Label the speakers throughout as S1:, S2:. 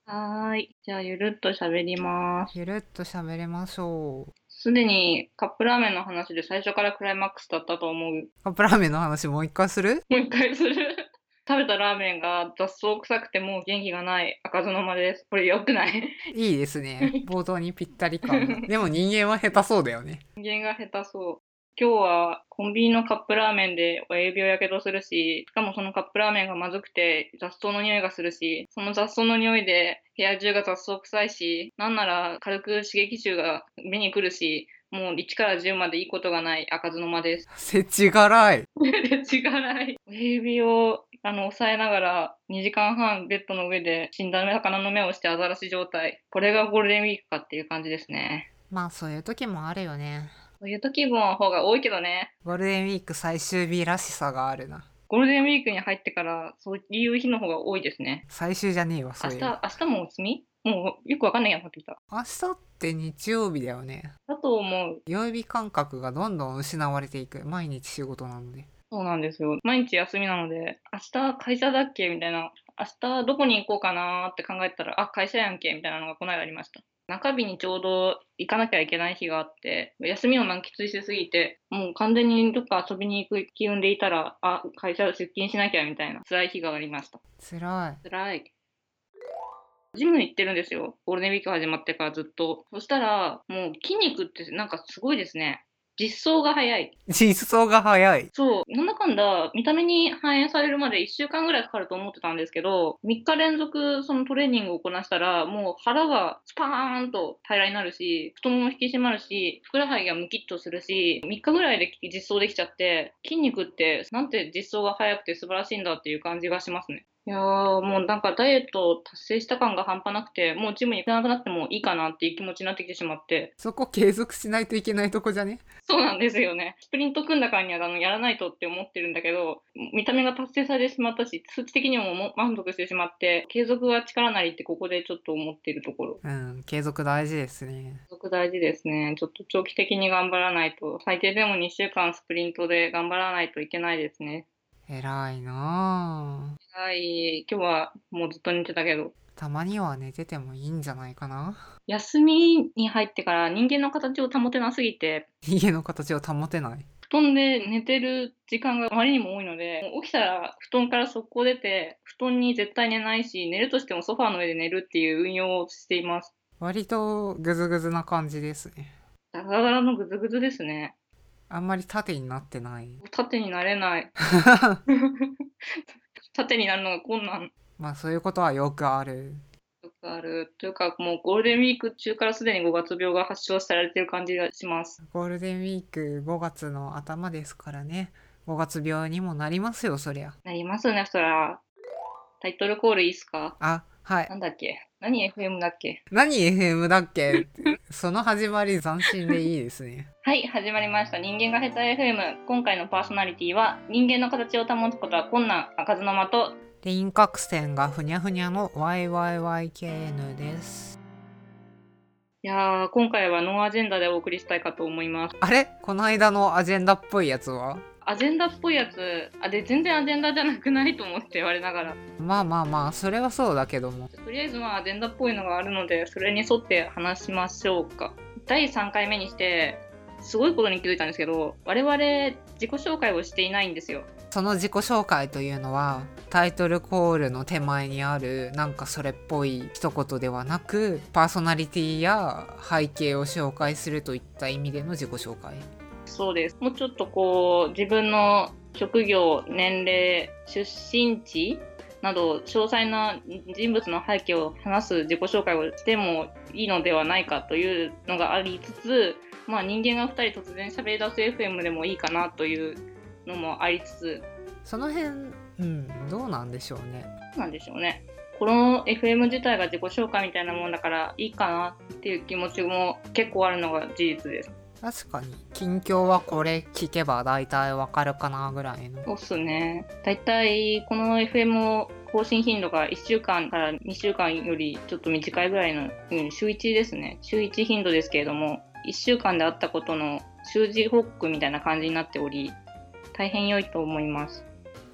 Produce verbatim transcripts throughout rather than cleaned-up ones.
S1: はーい。じゃあ、ゆるっと喋ります。
S2: ゆるっと喋りましょう。
S1: すでにカップラーメンの話で最初からクライマックスだったと思う。
S2: カップラーメンの話もう一回する？
S1: もう一回する。食べたラーメンが雑草臭くてもう元気がない開かずの間です。これ良くない？
S2: いいですね。冒頭にぴったり感が。でも人間は下手そうだよね。
S1: 人間が下手そう。今日はコンビニのカップラーメンで親指をやけどするし、しかもそのカップラーメンがまずくて雑草の匂いがするし、その雑草の匂いで部屋中が雑草臭いし、なんなら軽く刺激臭が目に来るし、もういちからじゅうまでいいことがない開かずの間です。
S2: せちがらい。
S1: で、ちがらい。親指をあの押さえながらにじかんはんベッドの上で死んだ魚の目をしてアザラシ状態。これがゴールデンウィークかっていう感じですね。
S2: まあそういう時もあるよね。
S1: そういう時の方が多いけどね。
S2: ゴールデンウィーク最終日らしさがあるな。
S1: ゴールデンウィークに入ってからそういう日の方が多いですね。
S2: 最終じゃねえわ、そ
S1: 明日、
S2: ういえば。
S1: 明日もお休み？もうよくわかんないやんなってきた。
S2: 明日って日曜日だよね。
S1: だと思う。
S2: 曜日感覚がどんどん失われていく。毎日仕事なので。
S1: そうなんですよ。毎日休みなので、明日会社だっけみたいな。明日どこに行こうかなーって考えたら、あ、会社やんけみたいなのがこの間ありました。中日にちょうど行かなきゃいけない日があって、休みを満喫しすぎて、もう完全にどっか遊びに行く機運でいたら、あ、会社出勤しなきゃみたいな辛い日がありました。
S2: 辛い。
S1: 辛い。ジム行ってるんですよ。ゴールデンウィーク始まってからずっと。そしたら、もう筋肉ってなんかすごいですね。実装が早い。
S2: 実装が早い。
S1: そう、なんだかんだ見た目に反映されるまでいっしゅうかんぐらいかかると思ってたんですけど、みっか連続そのトレーニングをこなしたら、もう腹がスパーンと平らになるし、太もも引き締まるし、ふくらはぎがムキッとするし、みっかぐらいで実装できちゃって、筋肉ってなんて実装が早くて素晴らしいんだっていう感じがしますね。いやー、もうなんかダイエットを達成した感が半端なくて、もうジムに行かなくなってもいいかなっていう気持ちになってきてしまって。
S2: そこ継続しないといけないとこじゃね？
S1: そうなんですよね。スプリント組んだからにはあのやらないとって思ってるんだけど、見た目が達成されてしまったし、数値的にもも満足してしまって、継続は力なりってここでちょっと思っているところ。
S2: うん、継続大事ですね。
S1: 継続大事ですね。ちょっと長期的に頑張らないと、最低でもにしゅうかんスプリントで頑張らないといけないですね。
S2: 偉いなぁ。
S1: はい、今日はもうずっと寝てたけど、
S2: たまには寝ててもいいんじゃないかな。
S1: 休みに入ってから人間の形を保てなすぎて、
S2: 家の形を保てない。
S1: 布団で寝てる時間があまりにも多いので、もう起きたら布団から速攻出て、布団に絶対寝ないし、寝るとしてもソファーの上で寝るっていう運用をしています。
S2: 割とグズグズな感じですね。
S1: ダラダラのグズグズですね。
S2: あんまり縦になってない。
S1: 縦になれない。縦になるのが困難。
S2: まあそういうことはよくある。
S1: よくある。というか、もうゴールデンウィーク中からすでにごがつ病が発症されてる感じがします。
S2: ゴールデンウィークごがつの頭ですからね。ごがつ病にもなりますよ、そりゃ。
S1: なりますね、そら。タイトルコールいいっすか？
S2: あ、はい。
S1: なんだっけ？何 エフエム だっけ？
S2: 何 エフエム だっけ？その始まり斬新でいいですね。
S1: はい、始まりました。人間が下手 エフエム。今回のパーソナリティは、人間の形を保つことは困難、開かずの的。
S2: 輪郭線がふにゃふにゃの ワイワイワイケーエヌ です。
S1: いやー、今回はノーアジェンダでお送りしたいかと思います。
S2: あれこの間のアジェンダっぽいやつは？
S1: アジェンダっぽいやつ、あ、で、全然アジェンダじゃなくないと思って我ながら。
S2: まあまあまあ、それはそうだけども。
S1: とりあえずまあアジェンダっぽいのがあるので、それに沿って話しましょうか。だいさんかいめにして、すごいことに気づいたんですけど、我々自己紹介をしていないんですよ。
S2: その自己紹介というのはタイトルコールの手前にあるなんかそれっぽい一言ではなく、パーソナリティや背景を紹介するといった意味での自己紹介。
S1: そうです。もうちょっとこう、自分の職業、年齢、出身地など、詳細な人物の背景を話す自己紹介をしてもいいのではないかというのがありつつ、まあ人間がふたり突然喋り出す エフエム でもいいかなというのもありつつ、
S2: その辺、うん、どうなんでしょうね。
S1: なんでしょうね。この エフエム 自体が自己紹介みたいなもんだからいいかなっていう気持ちも結構あるのが事実です。
S2: 確かに近況はこれ聞けば大体わかるかなぐらいの。
S1: そうっすね。だいたいこの エフエム を更新頻度がいっしゅうかんからにしゅうかんよりちょっと短いぐらいの、うん、週いちですね。週いち頻度ですけれども、いっしゅうかんであったことの習字報告みたいな感じになっており、大変良いと思います。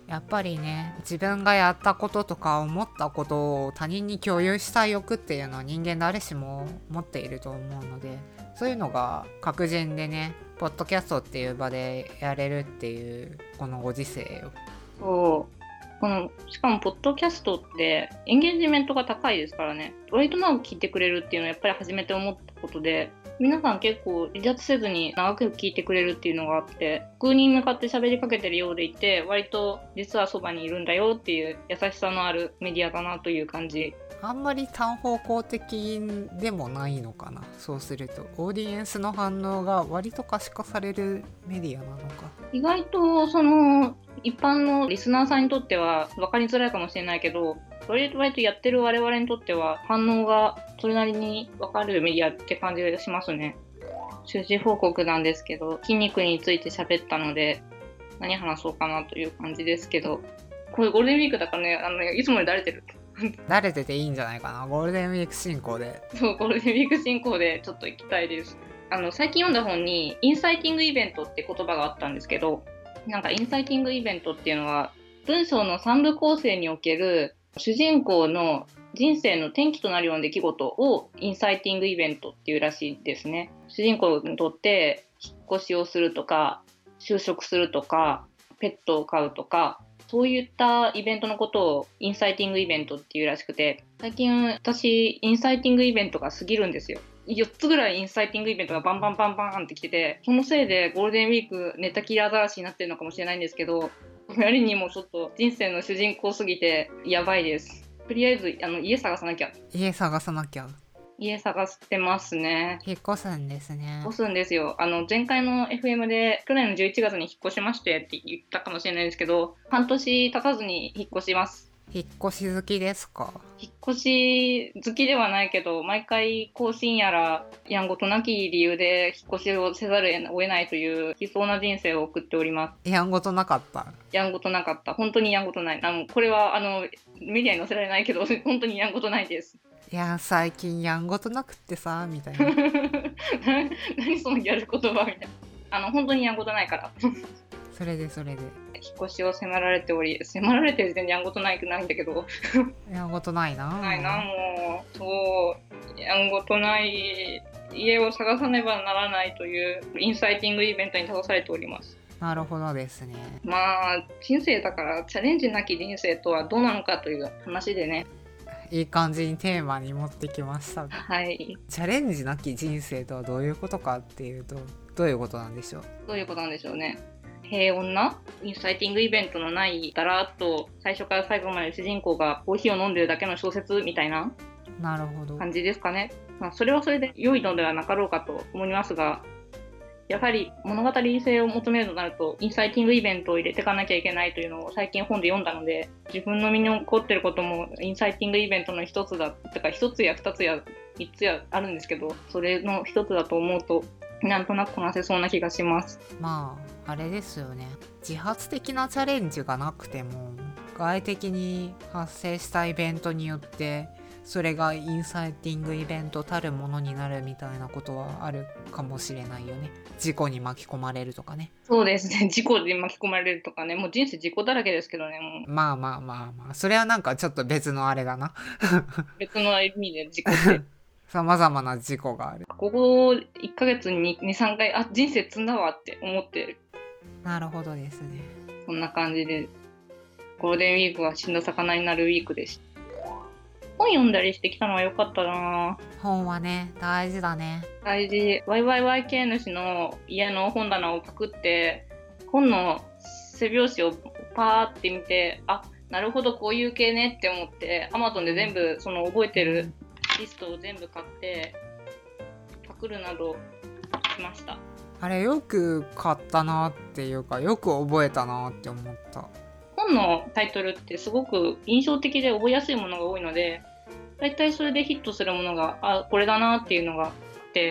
S2: やっぱりね、自分がやったこととか思ったことを他人に共有したい欲っていうのは人間誰しも持っていると思うので、そういうのが各人でね、ポッドキャストっていう場でやれるっていうこのご時世よ。
S1: そうこのしかもポッドキャストってエンゲージメントが高いですからね。割と長く聞いてくれるっていうのはやっぱり初めて思ったことで、皆さん結構離脱せずに長く聞いてくれるっていうのがあって、僕に向かって喋りかけてるようでいて、割と実はそばにいるんだよっていう優しさのあるメディアだなという感じ。
S2: あんまり単方向的でもないのかな。そうするとオーディエンスの反応が割と可視化されるメディアなのか。
S1: 意外とその一般のリスナーさんにとっては分かりづらいかもしれないけど、割と割とやってる我々にとっては反応がそれなりに分かるメディアって感じがしますね。収支報告なんですけど、筋肉について喋ったので何話そうかなという感じですけど、これゴールデンウィークだからね、あのいつもよりだれてる
S2: 慣れてていいんじゃないかな。ゴールデンウィーク進行で。
S1: そうゴールデンウィーク進行でちょっと行きたいです。あの最近読んだ本にインサイティングイベントって言葉があったんですけど、なんかインサイティングイベントっていうのは文章の三部構成における主人公の人生の転機となるような出来事をインサイティングイベントっていうらしいですね。主人公にとって引っ越しをするとか就職するとかペットを飼うとか、そういったイベントのことをインサイティングイベントっていうらしくて、最近私インサイティングイベントが過ぎるんですよ。よっつぐらいインサイティングイベントがバンバンバンバンってきてて、そのせいでゴールデンウィーク寝たきりアザラシになってるのかもしれないんですけど、やりにもちょっと人生の主人公すぎてやばいです。とりあえずあの家探さなきゃ。
S2: 家探さなきゃ。
S1: 家探してますね。
S2: 引っ越すんですね。
S1: 引っ越すんですよ。あの前回の エフエム で去年のじゅういちがつに引っ越しましてって言ったかもしれないですけど、半年経たずに引っ越します。
S2: 引っ越し好きですか？
S1: 引っ越し好きではないけど、毎回更新やらやんごとなき理由で引っ越しをせざるを得ないという悲壮な人生を送っております。
S2: やんごとなかった。
S1: やんごとなかった。本当にやんごとない。あのこれはあのメディアに載せられないけど本当にやんごとないです。
S2: いや最近やんごとなくってさみたいな
S1: 何そのやる言葉みたいな。あの本当にやんごとないから
S2: それでそれで
S1: 引っ越しを迫られており、迫られてる時点でやんごとないくないんだけど
S2: やんごとないな。
S1: ないな、もうそうやんごとない家を探さねばならないというインサイティングイベントに立たされております。
S2: なるほどですね。
S1: まあ人生だからチャレンジなき人生とはどうなのかという話でね、
S2: いい感じにテーマに持ってきました。
S1: はい。
S2: チャレンジなき人生とはどういうことかっていうと、どういうことなんでしょう。
S1: どういうことなんでしょうね。平穏なインサイティングイベントのないだらっと最初から最後まで主人公がコーヒーを飲んでるだけの小説みたいな
S2: なるほど
S1: 感じですかね。まあ、それはそれで良いのではなかろうかと思いますが、やはり物語性を求めるとなるとインサイティングイベントを入れていかなきゃいけないというのを最近本で読んだので、自分の身に起こってることもインサイティングイベントの一つだとか、一つや二つや三つやあるんですけど、それの一つだと思うとなんとなくこなせそうな気がします。
S2: まああれですよね、自発的なチャレンジがなくても外的に発生したイベントによってそれがインサイティングイベントたるものになるみたいなことはあるかもしれないよね。事故に巻き込まれるとかね。
S1: そうですね、事故で巻き込まれるとかね、もう人生事故だらけですけどね。もう
S2: まあまあまあまあそれはなんかちょっと別のあれだな
S1: 別の意味で事故って
S2: さまざまな事故がある。
S1: ここいっかげつににさんかいあ人生積んだわって思ってる。
S2: なるほどですね。
S1: そんな感じでゴールデンウィークは死んだ魚になるウィークでした。本読んだりしてきたのは良かったな。
S2: 本はね大事だね。
S1: 大事。 ワイワイワイケー 主の家の本棚をパクって本の背表紙をパーって見て、あなるほどこういう系ねって思って Amazon で全部その覚えてるリストを全部買ってパクるなどしました。
S2: あれよく買ったなっていうかよく覚えたなって思った。
S1: 本のタイトルってすごく印象的で覚えやすいものが多いので、だいたいそれでヒットするものがあこれだなっていうのがあって、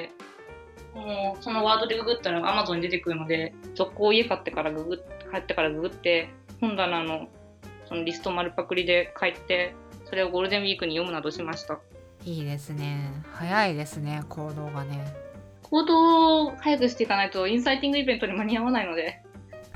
S1: もうそのワードでググったら Amazon に出てくるので、速攻家買ってからググ帰ってからググって本棚のそのリスト丸パクリで帰って、それをゴールデンウィークに読むなどしました。
S2: いいですね。早いですね行動がね。
S1: 行動を早くしていかないとインサイティングイベントに間に合わないので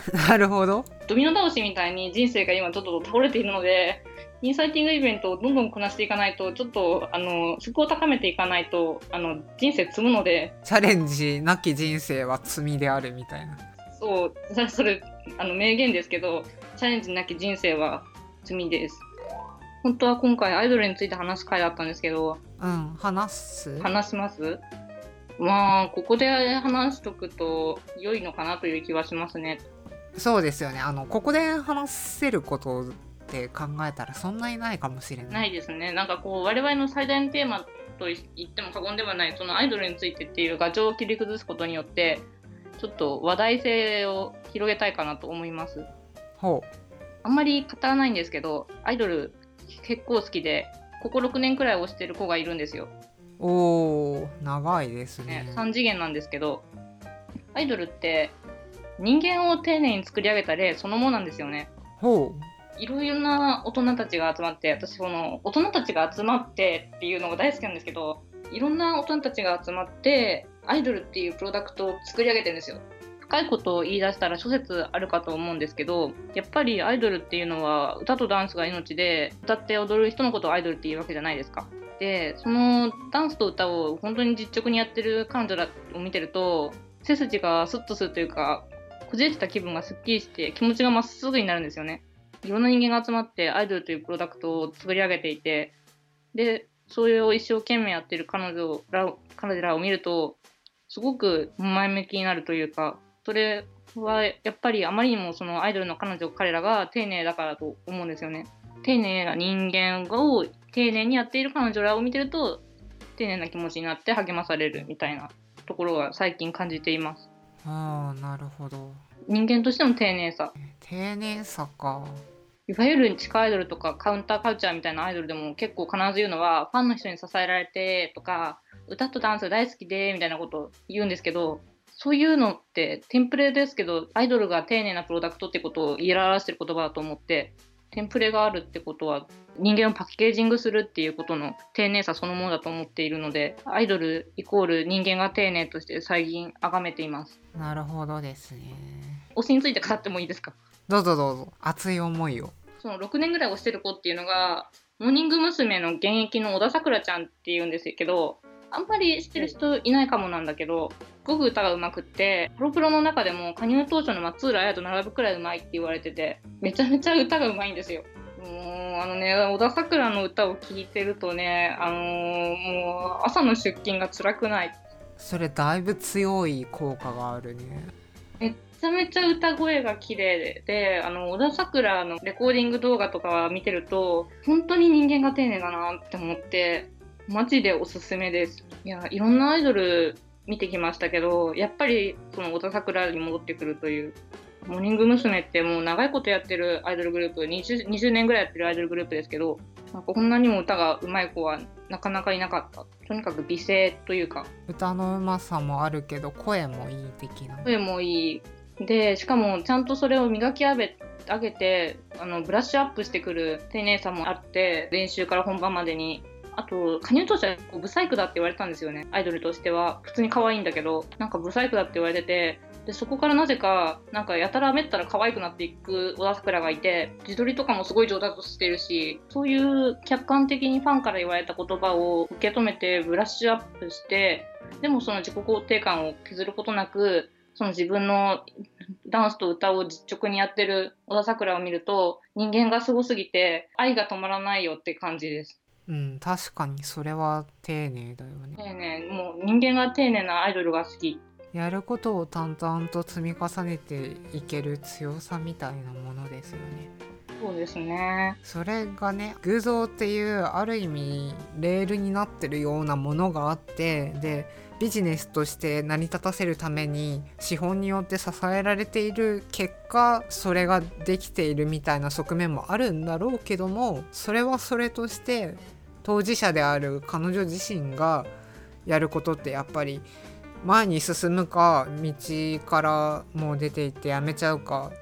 S2: なるほど。
S1: ドミノ倒しみたいに人生が今ちょっと倒れているので、インサイティングイベントをどんどんこなしていかないと、ちょっとあの質を高めていかないとあの人生積むので。
S2: チャレンジなき人生は罪であるみたいな。
S1: そう、それあの名言ですけど、チャレンジなき人生は罪です。本当は今回アイドルについて話す回だったんですけど。
S2: うん、話す
S1: 話しますまあここで話しとくと良いのかなという気はしますね。
S2: そうですよね。あのここで話せることって考えたらそんなにないかもしれない。
S1: ないですね。なんかこう我々の最大のテーマと言っても過言ではないそのアイドルについてっていう牙城を切り崩すことによってちょっと話題性を広げたいかなと思います。
S2: ほう。
S1: あんまり語らないんですけど、アイドル結構好きでこころくねんくらい推してる子がいるんですよ。
S2: おー、長いですね。
S1: ね、さん次元なんですけど、アイドルって人間を丁寧に作り上げた例そのものなんですよね。
S2: ほ
S1: う。いろいろな大人たちが集まって、私この大人たちが集まってっていうのが大好きなんですけど、いろんな大人たちが集まってアイドルっていうプロダクトを作り上げてるんですよ。深いことを言い出したら諸説あるかと思うんですけど、やっぱりアイドルっていうのは歌とダンスが命で、歌って踊る人のことをアイドルっていうわけじゃないですか。でそのダンスと歌を本当に実直にやってる彼女らを見てると、背筋がスッとするというか、こじれてた気分がすっきりして気持ちがまっすぐになるんですよね。いろんな人間が集まってアイドルというプロダクトを作り上げていて、でそれを一生懸命やってる彼女ら彼女らを見るとすごく前向きになるというか、それはやっぱりあまりにもそのアイドルの彼女彼らが丁寧だからと思うんですよね。丁寧な人間を丁寧にやっている彼女らを見てると丁寧な気持ちになって励まされるみたいなところは最近感じています。
S2: ああ、なるほど。
S1: 人間としての丁寧さ。
S2: 丁寧さか。
S1: いわゆる地下アイドルとかカウンターカルチャーみたいなアイドルでも結構必ず言うのは、ファンの人に支えられてとか、歌とダンス大好きでみたいなことを言うんですけど、そういうのってテンプレですけど、アイドルが丁寧なプロダクトってことを言い表してる言葉だと思って、テンプレがあるってことは人間をパッケージングするっていうことの丁寧さそのものだと思っているので、アイドルイコール人間が丁寧として最近崇めています。
S2: なるほどですね。
S1: 推しについて語ってもいいですか？
S2: どうぞどうぞ。熱い思いを。
S1: そのろくねんぐらい推してる子っていうのがモーニング娘。の現役の小田さくらちゃんっていうんですけど、あんまり知ってる人いないかもなんだけど、すごく歌が上手くって、プロプロの中でも加入当初の松浦綾と並ぶくらい上手いって言われてて、めちゃめちゃ歌が上手いんですよ。もうあのね、小田さくらの歌を聴いてるとね、あのー、もう朝の出勤が辛くない。
S2: それだいぶ強い効果があるね。
S1: めっちゃめちゃ歌声が綺麗で、あの小田さくらのレコーディング動画とか見てると本当に人間が丁寧だなって思って、マジでおすすめです。いや、いろんなアイドル見てきましたけど、やっぱりその小田さくらに戻ってくるという。モーニング娘。ってもう長いことやってるアイドルグループ、 20, 20年ぐらいやってるアイドルグループですけど、なんかこんなにも歌が上手い子はなかなかいなかった。とにかく美声というか、
S2: 歌のうまさもあるけど声もいい的な。
S1: 声もいいで、しかもちゃんとそれを磨き上げ上げてあのブラッシュアップしてくる丁寧さもあって、練習から本番までに。あと加入当初はブサイクだって言われたんですよね。アイドルとしては普通に可愛いんだけど、なんかブサイクだって言われてて、でそこからなぜかなんかやたらめったら可愛くなっていく小田さくらがいて、自撮りとかもすごい上達してるし、そういう客観的にファンから言われた言葉を受け止めてブラッシュアップして、でもその自己肯定感を削ることなく、その自分のダンスと歌を実直にやってる小田さくらを見ると、人間がすごすぎて愛が止まらないよって感じです。
S2: うん、確かにそれは丁寧だよね。
S1: 丁寧、もう人間が丁寧なアイドルが好き。
S2: やることを淡々と積み重ねていける強さみたいなものですよね。
S1: そうですね。
S2: それがね、偶像っていうある意味レールになってるようなものがあって、でビジネスとして成り立たせるために資本によって支えられている結果、それができているみたいな側面もあるんだろうけども、それはそれとして当事者である彼女自身がやることってやっぱり前に進むか道からもう出ていってやめちゃうか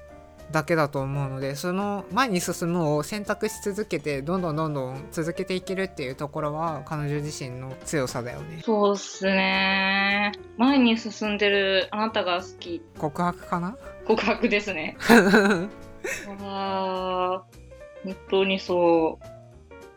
S2: だけだと思うので、その前に進むを選択し続けてどんどんどんどん続けていけるっていうところは彼女自身の強さだよね。
S1: そうっすね。前に進んでるあなたが好き。
S2: 告白かな。
S1: 告白ですね。あー、本当にそう。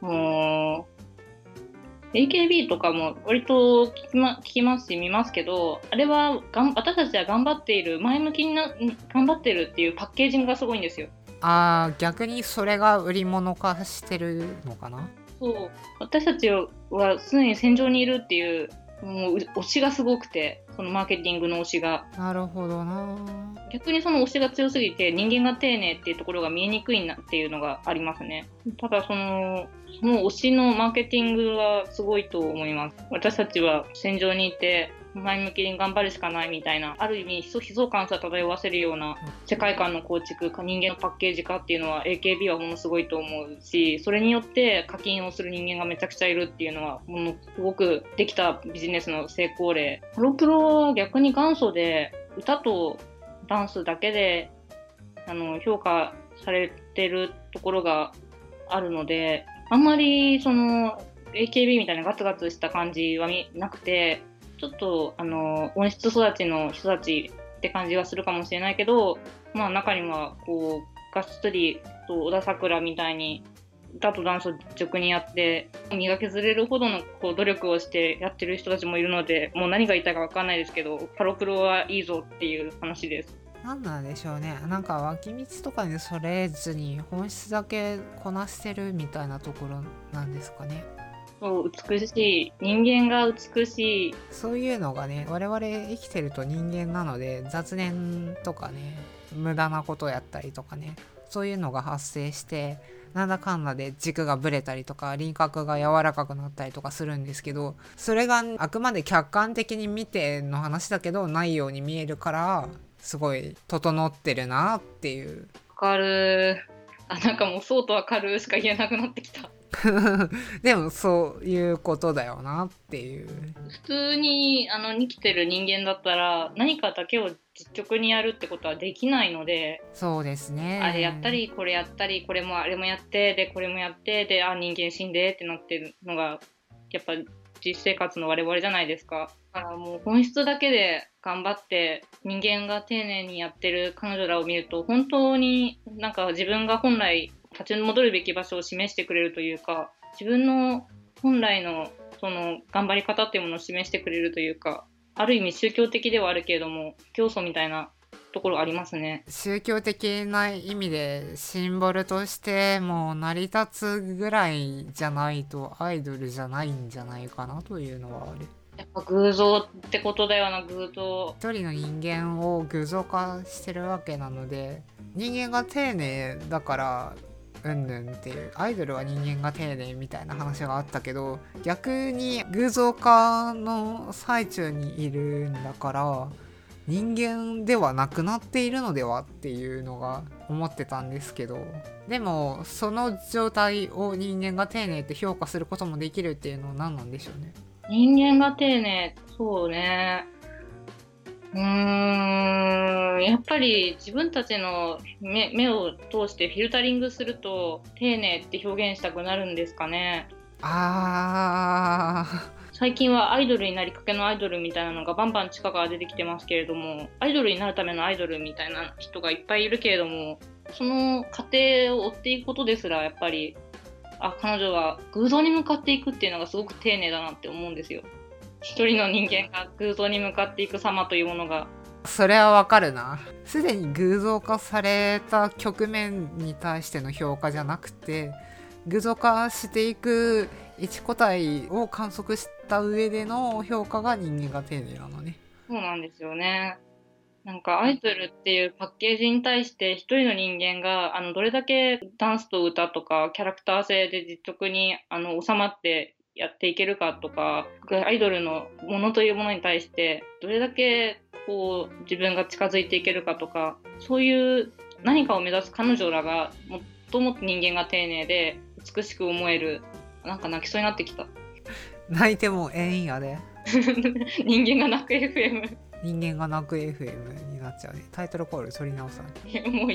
S1: もう エーケービー とかも割と聞きま、聞きますし見ますけど、あれはがん私たちは頑張っている、前向きにな頑張ってるっていうパッケージングがすごいんですよ。
S2: あー、逆にそれが売り物化してるのかな。
S1: そう、私たちは常に戦場にいるっていう、もう推しがすごくて、そのマーケティングの推しが。
S2: なるほどな。
S1: 逆にその推しが強すぎて人間が丁寧っていうところが見えにくいなっていうのがありますね。ただそのその推しのマーケティングはすごいと思います。私たちは戦場にいて前向きに頑張るしかないみたいな、ある意味悲壮感さ漂わせるような世界観の構築か人間のパッケージ化っていうのは エーケービー はものすごいと思うし、それによって課金をする人間がめちゃくちゃいるっていうのはものすごくできたビジネスの成功例。ハロプロは逆に元祖で歌とダンスだけであの評価されてるところがあるので、あんまりその エーケービー みたいなガツガツした感じはなくて、ちょっとあの温室育ちの人たちって感じはするかもしれないけど、まあ中にはこうがっつりと小田桜みたいに歌とダンスを直にやって磨きずれるほどのこう努力をしてやってる人たちもいるので、もう何が言いたいか分かんないですけど、ハロプロはいいぞっていう話です。
S2: なんなんでしょうね。なんか脇道とかにそれずに本質だけこなしてるみたいなところなんですかね。
S1: そう美しい人間が美しい、
S2: そういうのがね、我々生きてると人間なので雑念とかね、無駄なことやったりとかね、そういうのが発生してなんだかんだで軸がぶれたりとか輪郭が柔らかくなったりとかするんですけど、それがあくまで客観的に見ての話だけどないように見えるからすごい整ってるなっていう。
S1: わかる。あ、なんかもうそうとわかるしか言えなくなってきた。
S2: でもそういうことだよなっていう。
S1: 普通にあの生きてる人間だったら何かだけを実直にやるってことはできないので、
S2: そうですね。
S1: あれやったりこれやったりこれもあれもやってでこれもやってで、あ人間死んでってなってるのがやっぱ実生活の我々じゃないですか。だからもう本質だけで頑張って人間が丁寧にやってる彼女らを見ると、本当になんか自分が本来立ち戻るべき場所を示してくれるというか、自分の本来のその頑張り方っていうものを示してくれるというか、ある意味宗教的ではあるけれども教祖みたいなところありますね。
S2: 宗教的な意味でシンボルとしてもう成り立つぐらいじゃないとアイドルじゃないんじゃないかなというのはある。
S1: やっぱ偶像ってことだよな。偶像、
S2: 一人の人間を偶像化してるわけなので、人間が丁寧だからうんぬんっていう、アイドルは人間が丁寧みたいな話があったけど、逆に偶像化の最中にいるんだから人間ではなくなっているのではっていうのが思ってたんですけど、でもその状態を人間が丁寧って評価することもできるっていうのは何なんでしょうね。
S1: 人間が丁寧、そうね。うーん、やっぱり自分たちの 目, 目を通してフィルタリングすると丁寧って表現したくなるんですかね。
S2: あー
S1: 最近はアイドルになりかけのアイドルみたいなのがバンバン地下から出てきてますけれども、アイドルになるためのアイドルみたいな人がいっぱいいるけれども、その過程を追っていくことですらやっぱり、あ、彼女は偶像に向かっていくっていうのがすごく丁寧だなって思うんですよ。一人の人間が偶像に向かっていく様というものが。
S2: それはわかるな。すでに偶像化された局面に対しての評価じゃなくて、偶像化していく一個体を観測した上での評価が人間が丁寧なのね。
S1: そうなんですよね。なんかアイドルっていうパッケージに対して一人の人間があのどれだけダンスと歌とかキャラクター性で実直にあの収まってやっていけるかとか、アイドルのものというものに対してどれだけこう自分が近づいていけるかとか、そういう何かを目指す彼女らがもっともっと人間が丁寧で美しく思える。なんか泣きそうになってきた。
S2: 泣いてもええんやで。
S1: 人間が泣く エフエム。
S2: 人間が泣く エフエム になっちゃうね。タイトルコール取り直さなきゃ。
S1: もういい。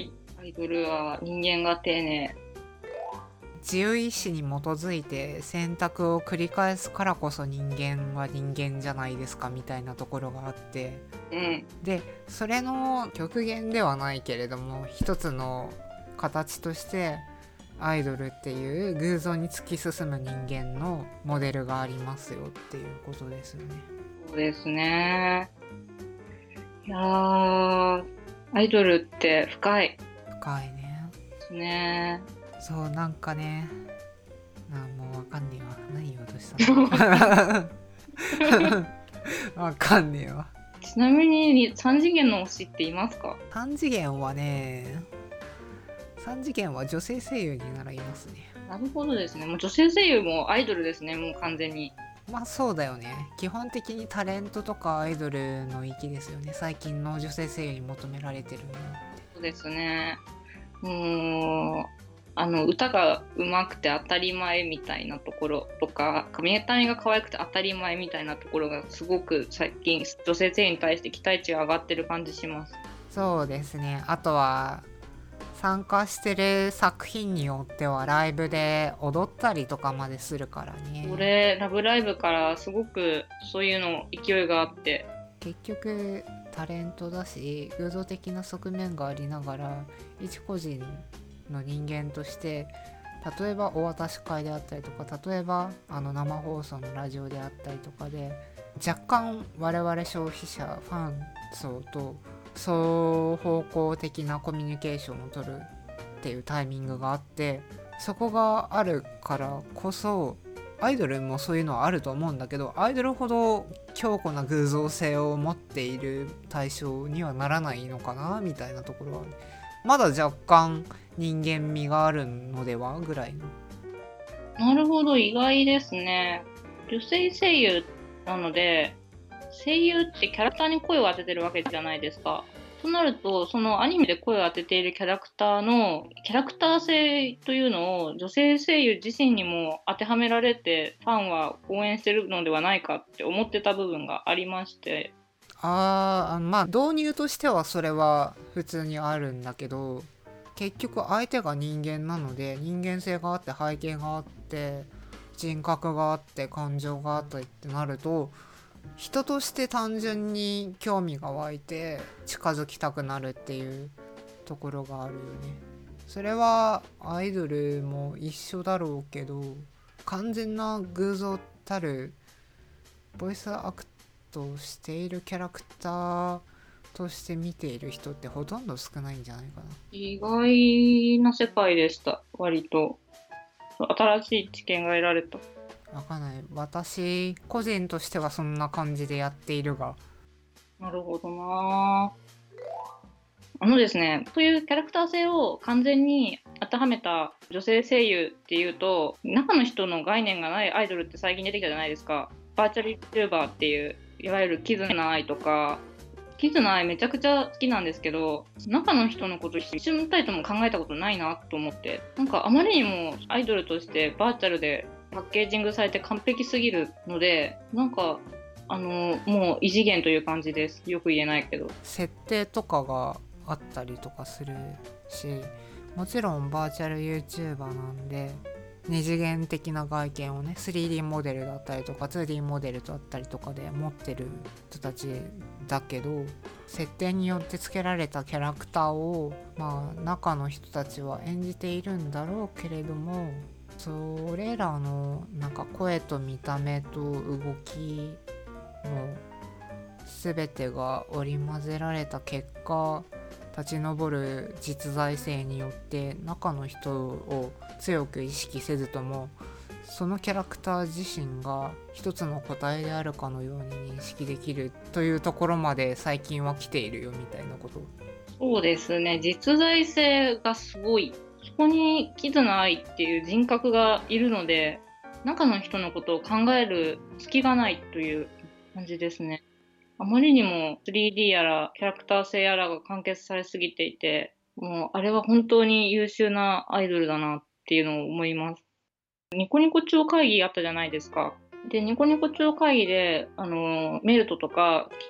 S1: アイドルは人間が丁寧。
S2: 自由意志に基づいて選択を繰り返すからこそ人間は人間じゃないですかみたいなところがあって、
S1: うん、
S2: でそれの極限ではないけれども一つの形としてアイドルっていう偶像に突き進む人間のモデルがありますよっていうことですよね。
S1: そうですね。いやー、アイドルって深い
S2: 深いね。
S1: ですね。
S2: そうなんかね、あもうわかんねえわ。何言おうとしたのわかんねえわ。
S1: ちなみにさん次元の推しっていますか？
S2: さん次元はね、さん次元は女性声優に習いますね。
S1: なるほどですね。もう女性声優もアイドルですね、もう完全に。
S2: まあそうだよね。基本的にタレントとかアイドルの域ですよね。最近の女性声優に求められてるのって。
S1: そうですね。もうあの歌が上手くて当たり前みたいなところとか、見た目が可愛くて当たり前みたいなところがすごく最近女性声優に対して期待値が上がってる感じします。
S2: そうですね。あとは参加してる作品によってはライブで踊ったりとかまでするからね。
S1: これラブライブからすごくそういうの勢いがあって、
S2: 結局タレントだし偶像的な側面がありながら一個人の人間として例えばお渡し会であったりとか例えばあの生放送のラジオであったりとかで若干我々消費者ファン層と双方向的なコミュニケーションを取るっていうタイミングがあって、そこがあるからこそアイドルもそういうのはあると思うんだけど、アイドルほど強固な偶像性を持っている対象にはならないのかなみたいなところはまだ若干人間味があるのではぐらいの。
S1: なるほど、意外ですね。女性声優なので、声優ってキャラクターに声を当ててるわけじゃないですか。となると、そのアニメで声を当てているキャラクターのキャラクター性というのを女性声優自身にも当てはめられて、ファンは応援してるのではないかって思ってた部分がありまして。
S2: あーまあ導入としてはそれは普通にあるんだけど、結局相手が人間なので人間性があって背景があって人格があって感情があってってなると、人として単純に興味が湧いて近づきたくなるっていうところがあるよね。それはアイドルも一緒だろうけど、完全な偶像たるボイスアクトしているキャラクターとして見ている人ってほとんど少ないんじゃないかな。
S1: 意外な世界でした、割と。新しい知見が得られた。
S2: わかんない。私個人としてはそんな感じでやっているが。
S1: なるほどな。あのですね、そういうキャラクター性を完全に当てはめた女性声優っていうと、中の人の概念がないアイドルって最近出てきたじゃないですか。バーチャル YouTuber っていう、いわゆるキズナアイとか、キズナアイめちゃくちゃ好きなんですけど、中の人のこと一瞬たりとも考えたことないなと思って、なんかあまりにもアイドルとしてバーチャルでパッケージングされて完璧すぎるので、なんかあのもう異次元という感じです。よく言えないけど。
S2: 設定とかがあったりとかするし、もちろんバーチャル YouTuber なんで二次元的な外見をね スリーディー モデルだったりとか ツーディー モデルだったりとかで持ってる人たちだけど、設定によって付けられたキャラクターをまあ中の人たちは演じているんだろうけれども、それらのなんか声と見た目と動きの全てが織り交ぜられた結果、立ち上る実在性によって中の人を強く意識せずともそのキャラクター自身が一つの個体であるかのように認識できるというところまで最近は来ているよみたいなこと。
S1: そうですね、実在性がすごい。そこにキズナアイっていう人格がいるので、中の人のことを考える隙がないという感じですね。あまりにも スリーディー やらキャラクター性やらが完結されすぎていて、もうあれは本当に優秀なアイドルだなっていうのを思います。ニコニコ超会議あったじゃないですか。で、ニコニコ超会議で、あの、メルトとか、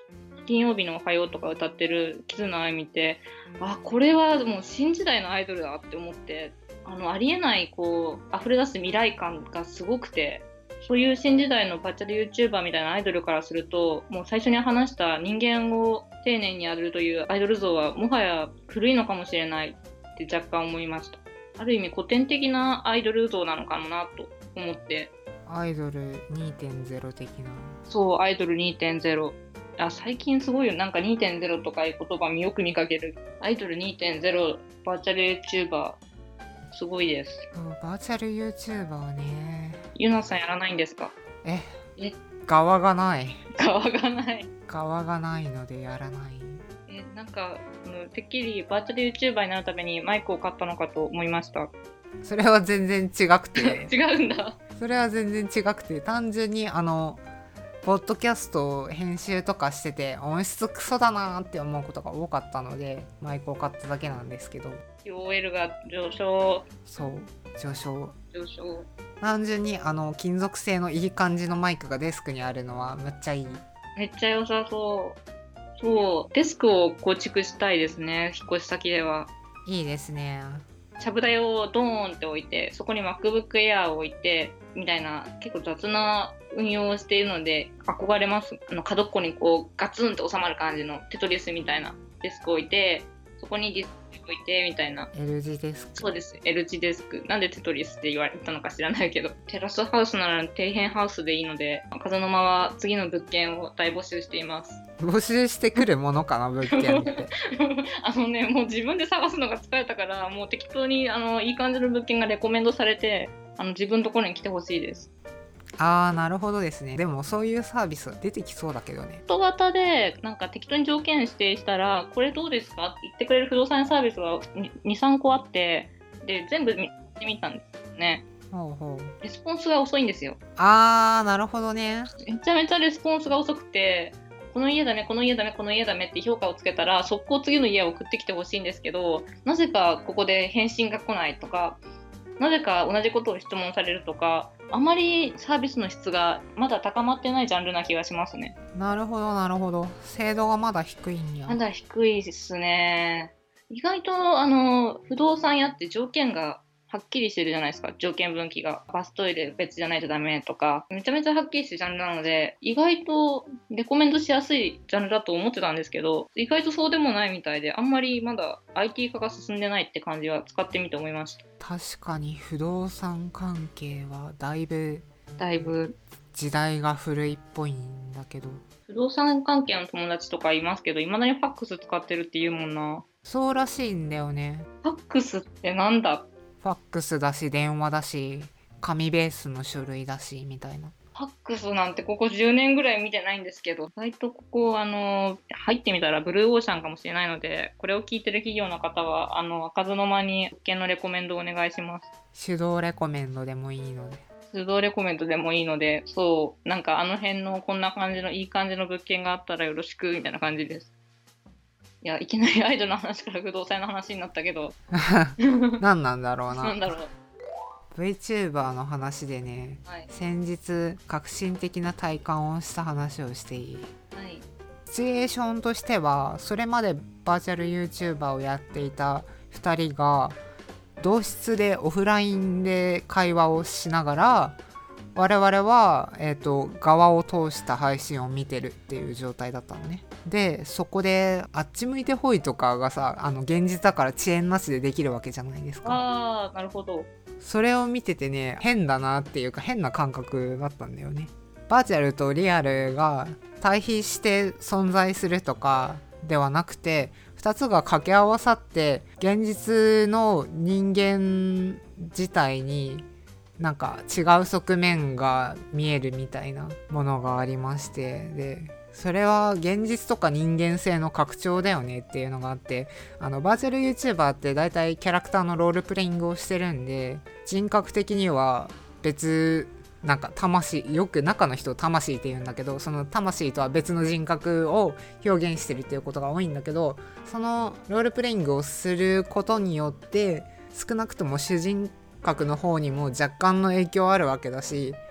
S1: 金曜日のおはようとか歌ってるキズナアイ見て、あ、これはもう新時代のアイドルだって思って、あのありえないこう溢れ出す未来感がすごくて、そういう新時代のバーチャル YouTuber みたいなアイドルからすると、もう最初に話した人間を丁寧にやるというアイドル像はもはや古いのかもしれないって若干思いました。ある意味古典的なアイドル像なのかもなと思って。
S2: アイドル にてんゼロ 的な。
S1: そう、アイドル にてんゼロ。あ、最近すごいよ。なんか にてんゼロ とかいう言葉よく見かける。アイドル にてんゼロ バーチャル YouTuber すごいです。
S2: バーチャル YouTuber ね。
S1: ゆなさんやらないんですか？
S2: え
S1: え
S2: 側がない
S1: 側がない
S2: 側がないのでやらない。
S1: えなんかてっきりバーチャル YouTuber になるためにマイクを買ったのかと思いました。
S2: それは全然違くて
S1: 違うんだ。
S2: それは全然違くて、単純にあのポッドキャスト編集とかしてて音質クソだなって思うことが多かったのでマイクを買っただけなんですけど、
S1: キューオーエル が上昇
S2: そう上昇
S1: 上昇
S2: 単純にあの金属製のいい感じのマイクがデスクにあるのはむっちゃいい。
S1: めっちゃ良さそう。そうデスクを構築したいですね。引っ越し先では。
S2: いいですね。
S1: ちゃぶ台をドーンって置いて、そこに MacBook Air を置いてみたいな、結構雑な運用をしているので憧れます。あの角っこにこうガツンと収まる感じのテトリスみたいなデスクを置いて、そこにディスク置いてみたいな。
S2: L 字デスク。
S1: そうです、 L 字デスク。なんでテトリスって言われたのか知らないけど、テラスハウスなら底辺ハウスでいいので、風の間は次の物件を大募集しています。
S2: 募集してくるものかな物件って
S1: あのね、もう自分で探すのが疲れたから、もう適当にあのいい感じの物件がレコメンドされて、あの自分のところに来てほしいです。
S2: あーなるほどですね。でもそういうサービスは出てきそうだけどね。
S1: 人型でなんか適当に条件指定したら、これどうですかって言ってくれる不動産サービスが にさんこあって、で全部見てみたんですよね。
S2: ほうほう。
S1: レスポンスが遅いんですよ。
S2: あーなるほどね。
S1: めちゃめちゃレスポンスが遅くて、この家ダメこの家ダメこの家ダメって評価をつけたら速攻次の家を送ってきてほしいんですけど、なぜかここで返信が来ないとか、なぜか同じことを質問されるとか、あまりサービスの質がまだ高まってないジャンルな気がしますね。
S2: なるほどなるほど。精度がまだ低いんや。
S1: まだ低いですね。意外とあの不動産屋って条件がはっきりしてるじゃないですか。条件分岐がバストイレ別じゃないとダメとか、めちゃめちゃはっきりしてるジャンルなので、意外とレコメンドしやすいジャンルだと思ってたんですけど、意外とそうでもないみたいで、あんまりまだ アイティー 化が進んでないって感じは使ってみて思いました。
S2: 確かに不動産関係はだいぶ
S1: だいぶ
S2: 時代が古いっぽいんだけど。
S1: 不動産関係の友達とかいますけど、いまだにファックス使ってるって言うもんな。
S2: そうらしいんだよね。
S1: ファックスってなんだ？
S2: ファックスだし電話だし紙ベースの書類だしみたいな。
S1: ファックスなんてここじゅうねんぐらい見てないんですけど、意外とここあの入ってみたらブルーオーシャンかもしれないので、これを聞いてる企業の方はあの開かずの間に物件のレコメンドをお願いします。
S2: 手動レコメンドでもいいので。
S1: 手動レコメンドでもいいので、そうなんかあの辺のこんな感じのいい感じの物件があったらよろしくみたいな感じです。いやいきなりアイドルの話から不動産の話になったけど
S2: 何なんだろうな。
S1: なんだろう。
S2: VTuber の話でね、
S1: はい、
S2: 先日革新的な体感をした話をしていい？
S1: はい、
S2: シチュエーションとしてはそれまでバーチャル YouTuber をやっていたふたりが同室でオフラインで会話をしながら我々は、えーと、側を通した配信を見てるっていう状態だったのね。でそこであっち向いてほいとかがさ、あの現実だから遅延なしでできるわけじゃないですか。
S1: あーなるほど。
S2: それを見ててね、変だなっていうか変な感覚だったんだよね。バーチャルとリアルが対比して存在するとかではなくて、ふたつが掛け合わさって現実の人間自体になんか違う側面が見えるみたいなものがありまして、でそれは現実とか人間性の拡張だよねっていうのがあって、あのバーチャル YouTuber ってだいたいキャラクターのロールプレイングをしてるんで、人格的には別なんか魂、よく中の人を魂って言うんだけど、その魂とは別の人格を表現してるっていうことが多いんだけど、そのロールプレイングをすることによって少なくとも主人格の方にも若干の影響あるわけだし、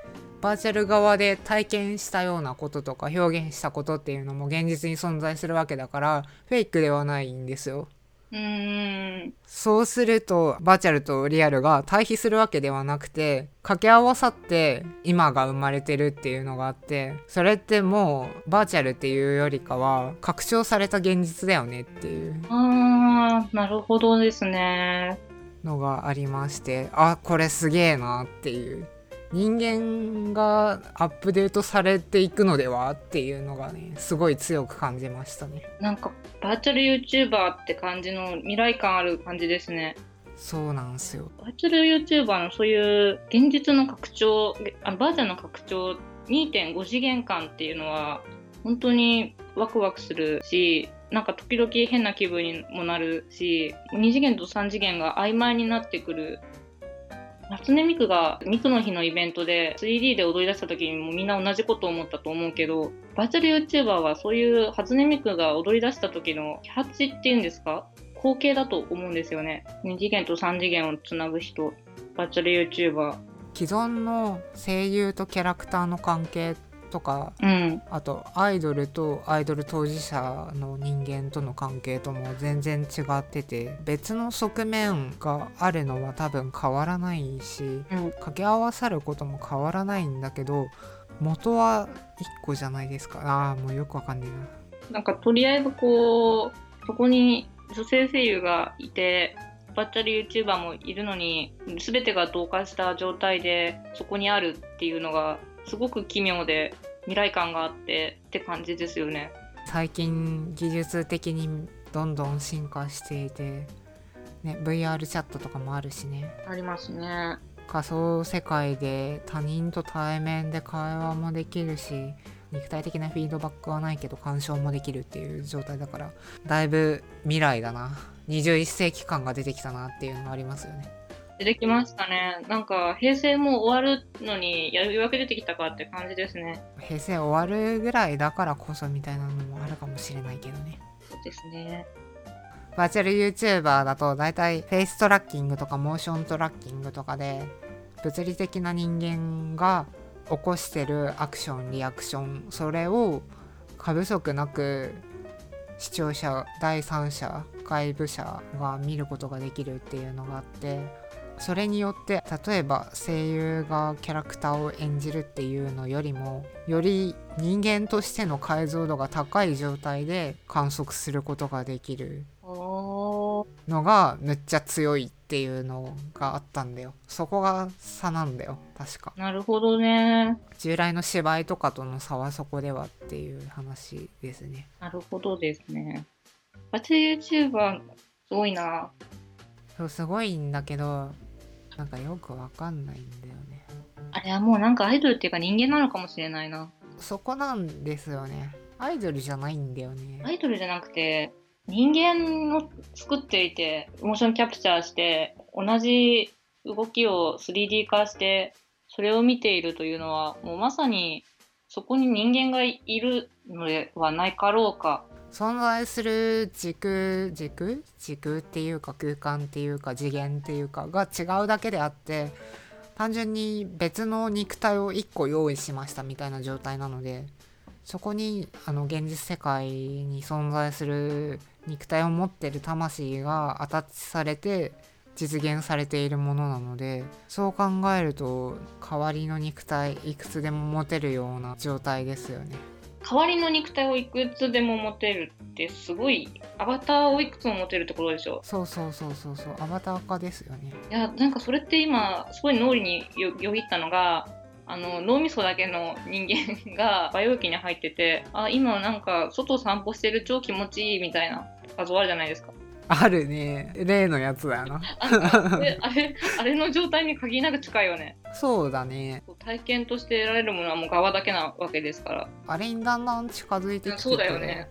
S2: バーチャル側で体験したようなこととか表現したことっていうのも現実に存在するわけだからフェイクではないんですよ。
S1: うーん。
S2: そうするとバーチャルとリアルが対比するわけではなくて掛け合わさって今が生まれてるっていうのがあって、それってもうバーチャルっていうよりかは拡張された現実だよねっていう
S1: あー、なるほどですね。
S2: のがありまして、あ、これすげえなっていう、人間がアップデートされていくのではっていうのがねすごい強く感じましたね。
S1: なんかバーチャル YouTuber って感じの未来感ある感じですね。
S2: そうなんですよ。
S1: バーチャル YouTuber のそういう現実の拡張、あのバーチャルの拡張 にてんご 次元感っていうのは本当にワクワクするし、なんか時々変な気分にもなるし、に次元とさん次元が曖昧になってくる。初音ミクがミクの日のイベントで スリーディー で踊り出した時にもみんな同じことを思ったと思うけど、バーチャル YouTuber はそういう初音ミクが踊り出した時のキャッチっていうんですか、光景だと思うんですよね。に次元とさん次元をつなぐ人、バーチャル YouTuber。
S2: 既存の声優とキャラクターの関係とか、
S1: うん、
S2: あとアイドルとアイドル当事者の人間との関係とも全然違ってて、別の側面があるのは多分変わらないし、
S1: うん、
S2: 掛け合わさることも変わらないんだけど元はいっこじゃないですか。あーもうよくわかんねえな。
S1: なんかとりあえずこうそこに女性声優がいてバーチャル YouTuber もいるのに全てが同化した状態でそこにあるっていうのがすごく奇妙で未来感があってって感じですよね。
S2: 最近技術的にどんどん進化していて、ね、ブイアール チャットとかもあるしね。
S1: ありますね。
S2: 仮想世界で他人と対面で会話もできるし、肉体的なフィードバックはないけど干渉もできるっていう状態だから、だいぶ未来だな、にじゅういっ世紀感が出てきたなっていうのがありますよね。
S1: 出てきましたね。なんか平成も終わるのにやるわけ出てきたかって感じですね。
S2: 平成終わるぐらいだからこそみたいなのもあるかもしれないけどね。
S1: そうですね。
S2: バーチャル YouTuber だとだいたいフェイストラッキングとかモーショントラッキングとかで物理的な人間が起こしてるアクションリアクション、それを過不足なく視聴者第三者外部者が見ることができるっていうのがあって、それによって例えば声優がキャラクターを演じるっていうのよりもより人間としての解像度が高い状態で観測することができるのがめっちゃ強いっていうのがあったんだよ。そこが差なんだよ確か。
S1: なるほどね。
S2: 従来の芝居とかとの差はそこではっていう話ですね。
S1: なるほどですね。バーチャル YouTuber すごいな。
S2: そうすごいんだけどなんかよくわかんないんだよね。
S1: あれはもうなんかアイドルっていうか人間なのかもしれないな。
S2: そこなんですよね。アイドルじゃないんだよね。
S1: アイドルじゃなくて人間を作っていてモーションキャプチャーして同じ動きを スリーディー 化してそれを見ているというのはもうまさにそこに人間がいるのではないかろうか。
S2: 存在する軸軸軸っていうか空間っていうか次元っていうかが違うだけであって、単純に別の肉体をいっこ用意しましたみたいな状態なので、そこにあの現実世界に存在する肉体を持ってる魂がアタッチされて実現されているものなので、そう考えると代わりの肉体いくつでも持てるような状態ですよね。
S1: 代わりの肉体をいくつでも持てるってすごい。アバターをいくつも持てるところでしょ。
S2: そうそうそうそうそう、アバター化ですよね。
S1: いやなんかそれって今すごい脳裏によよぎったのが、あの脳みそだけの人間が培養器に入ってて、あ今なんか外散歩してる超気持ちいいみたいな画像あるじゃないですか。
S2: あるね、例のやつだよな。
S1: あれあれあれの状態に限りなく近いよね。
S2: そうだね。
S1: 体験として得られるものはもう側だけなわけですから。
S2: あれにだんだん近づいてきてて、
S1: そうだよね。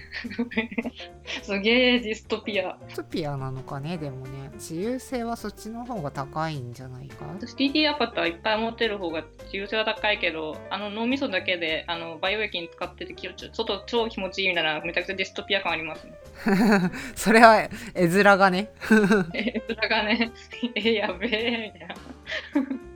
S1: すげえディストピア。
S2: ディストピアなのかね。でもね、自由性はそっちの方が高いんじゃないか。
S1: 私 ティーディー アバターいっぱい持ってる方が自由性は高いけど、あの脳みそだけであの培養液に使ってて外超気持ちいいみたいなめちゃくちゃディストピア感ありますね。
S2: それは絵面がね
S1: 絵面がねえやべえみたいな。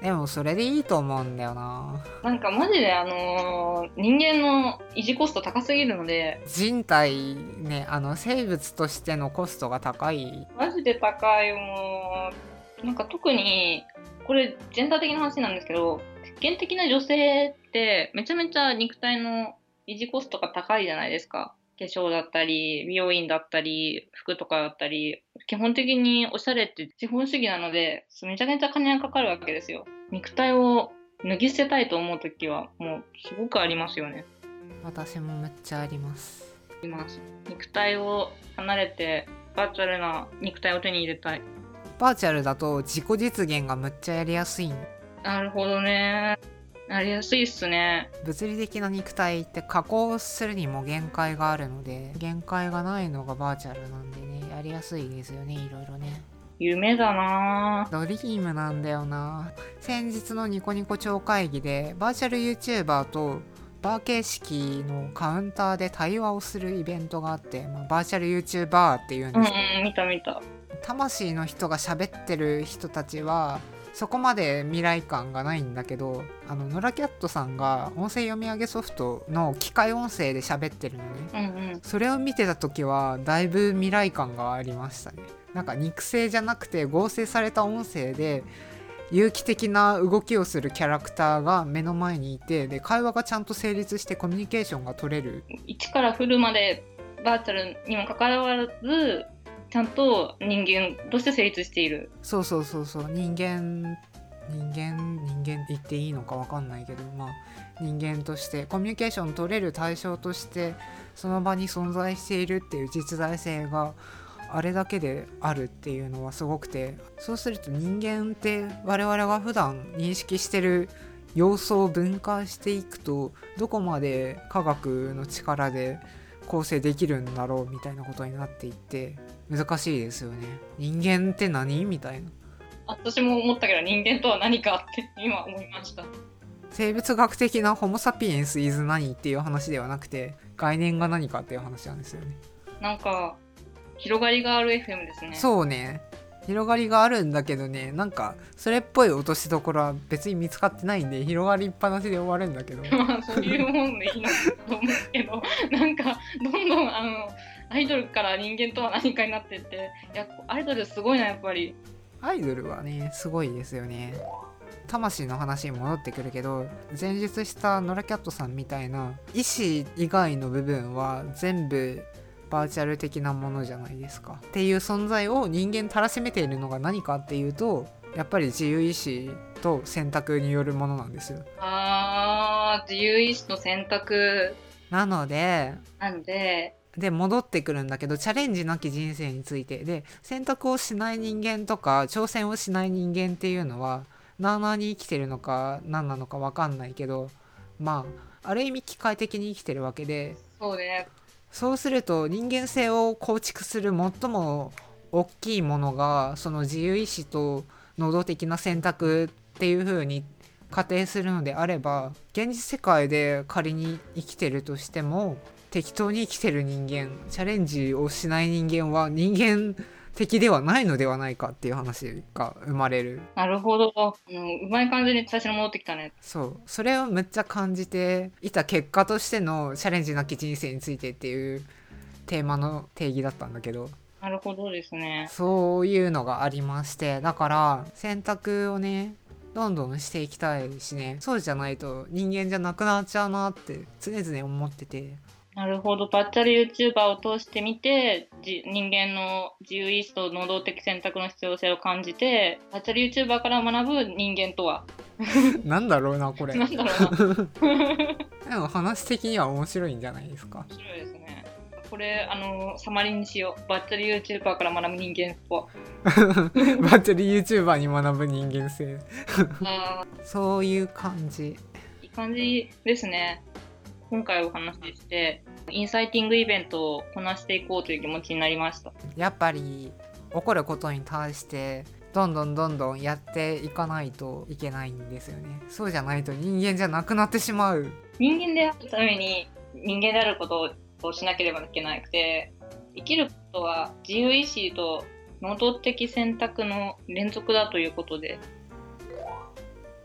S2: でもそれでいいと思うんだよな。
S1: なんかマジであのー人間の維持コスト高すぎるので、
S2: 人体ね、あの生物としてのコストが高い。
S1: マジで高い。もうなんか特にこれジェンダー的な話なんですけど、世間的な女性ってめちゃめちゃ肉体の維持コストが高いじゃないですか。化粧だったり美容院だったり服とかだったり、基本的におしゃれって資本主義なのでめちゃめちゃ金がかかるわけですよ。肉体を脱ぎ捨てたいと思うときはもうすごくありますよね。
S2: 私もめっちゃあります。
S1: います。肉体を離れてバーチャルな肉体を手に入れたい。
S2: バーチャルだと自己実現がむっちゃやりやすいん。
S1: なるほどね。やりやすいっすね。
S2: 物理的な肉体って加工するにも限界があるので、限界がないのがバーチャルなんでね、やりやすいですよね、いろいろね。
S1: 夢だなぁ。
S2: ドリームなんだよな。先日のニコニコ超会議でバーチャル YouTuber とバー形式のカウンターで対話をするイベントがあって、まあ、バーチャル YouTuber っていうんですけど、
S1: うんうん、見た見た。
S2: 魂の人が喋ってる人たちはそこまで未来感がないんだけど、あのノラキャットさんが音声読み上げソフトの機械音声で喋ってるのね、
S1: うんうん。
S2: それを見てた時はだいぶ未来感がありましたね。なんか肉声じゃなくて合成された音声で有機的な動きをするキャラクターが目の前にいて、で会話がちゃんと成立してコミュニケーションが取れる。
S1: 一からフルまでバーチャルにもかかわらずちゃんと人間として成立している。
S2: そうそうそうそう、人間人間人間って言っていいのか分かんないけど、まあ人間としてコミュニケーション取れる対象としてその場に存在しているっていう実在性があれだけであるっていうのはすごくて、そうすると人間って我々が普段認識してる要素を分解していくとどこまで科学の力で構成できるんだろうみたいなことになっていって難しいですよね。人間って何みたいな。
S1: 私も思ったけど人間とは何かって今思いました。
S2: 生物学的なホモサピエンス is 何っていう話ではなくて概念が何かっていう話なんですよね。
S1: なんか広がりがある エフエム ですね。
S2: そうね、広がりがあるんだけどね、なんかそれっぽい落としどころは別に見つかってないんで広がりっぱなしで終わるんだけど
S1: まあそういうもんでいいのかと思うけど、なんかどんどんあのアイドルから人間とは何かになってって、いやアイドルすごいなやっぱり。
S2: アイドルはねすごいですよね。魂の話に戻ってくるけど、前述したノラキャットさんみたいな意志以外の部分は全部バーチャル的なものじゃないですかっていう存在を人間たらしめているのが何かっていうと、やっぱり自由意志と選択によるものなんですよ。
S1: あー、自由意志の選択
S2: なので
S1: なんで
S2: で戻ってくるんだけど、チャレンジなき人生についてで、選択をしない人間とか挑戦をしない人間っていうのはなあなあに生きてるのか何なのか分かんないけど、まあある意味機械的に生きてるわけで、
S1: そうね。
S2: そうすると人間性を構築する最も大きいものがその自由意志と能動的な選択っていう風に仮定するのであれば、現実世界で仮に生きてるとしても適当に生きてる人間、チャレンジをしない人間は人間的ではないのではないかっていう話が生まれる。
S1: なるほど、うん、うまい感じに最初に戻ってきたね。
S2: そうそれをめっちゃ感じていた結果としてのチャレンジなき人生についてっていうテーマの定義だったんだけど、
S1: なるほどですね。
S2: そういうのがありまして、だから選択をねどんどんしていきたいしね、そうじゃないと人間じゃなくなっちゃうなって常々思ってて。
S1: なるほど、バーチャル YouTuber を通してみてじ人間の自由意志と能動的選択の必要性を感じて、バーチャル YouTuber から学ぶ人間とは
S2: なんだろうなこれ。
S1: なんだろうな
S2: でも話的には面白いんじゃないですか。
S1: 面白いですね。これあのサマリにしよう。バーチャル YouTuber から学ぶ人間とは
S2: バーチャル YouTuber に学ぶ人間性
S1: あ
S2: そういう感じ。
S1: いい感じですね。今回お話ししてインサイティングイベントをこなしていこうという気持ちになりました。
S2: やっぱり起こることに対してどんどんどんどんやっていかないといけないんですよね。そうじゃないと人間じゃなくなってしまう。
S1: 人間であるために人間であることをしなければいけなくて、生きることは自由意志と能動的選択の連続だということで、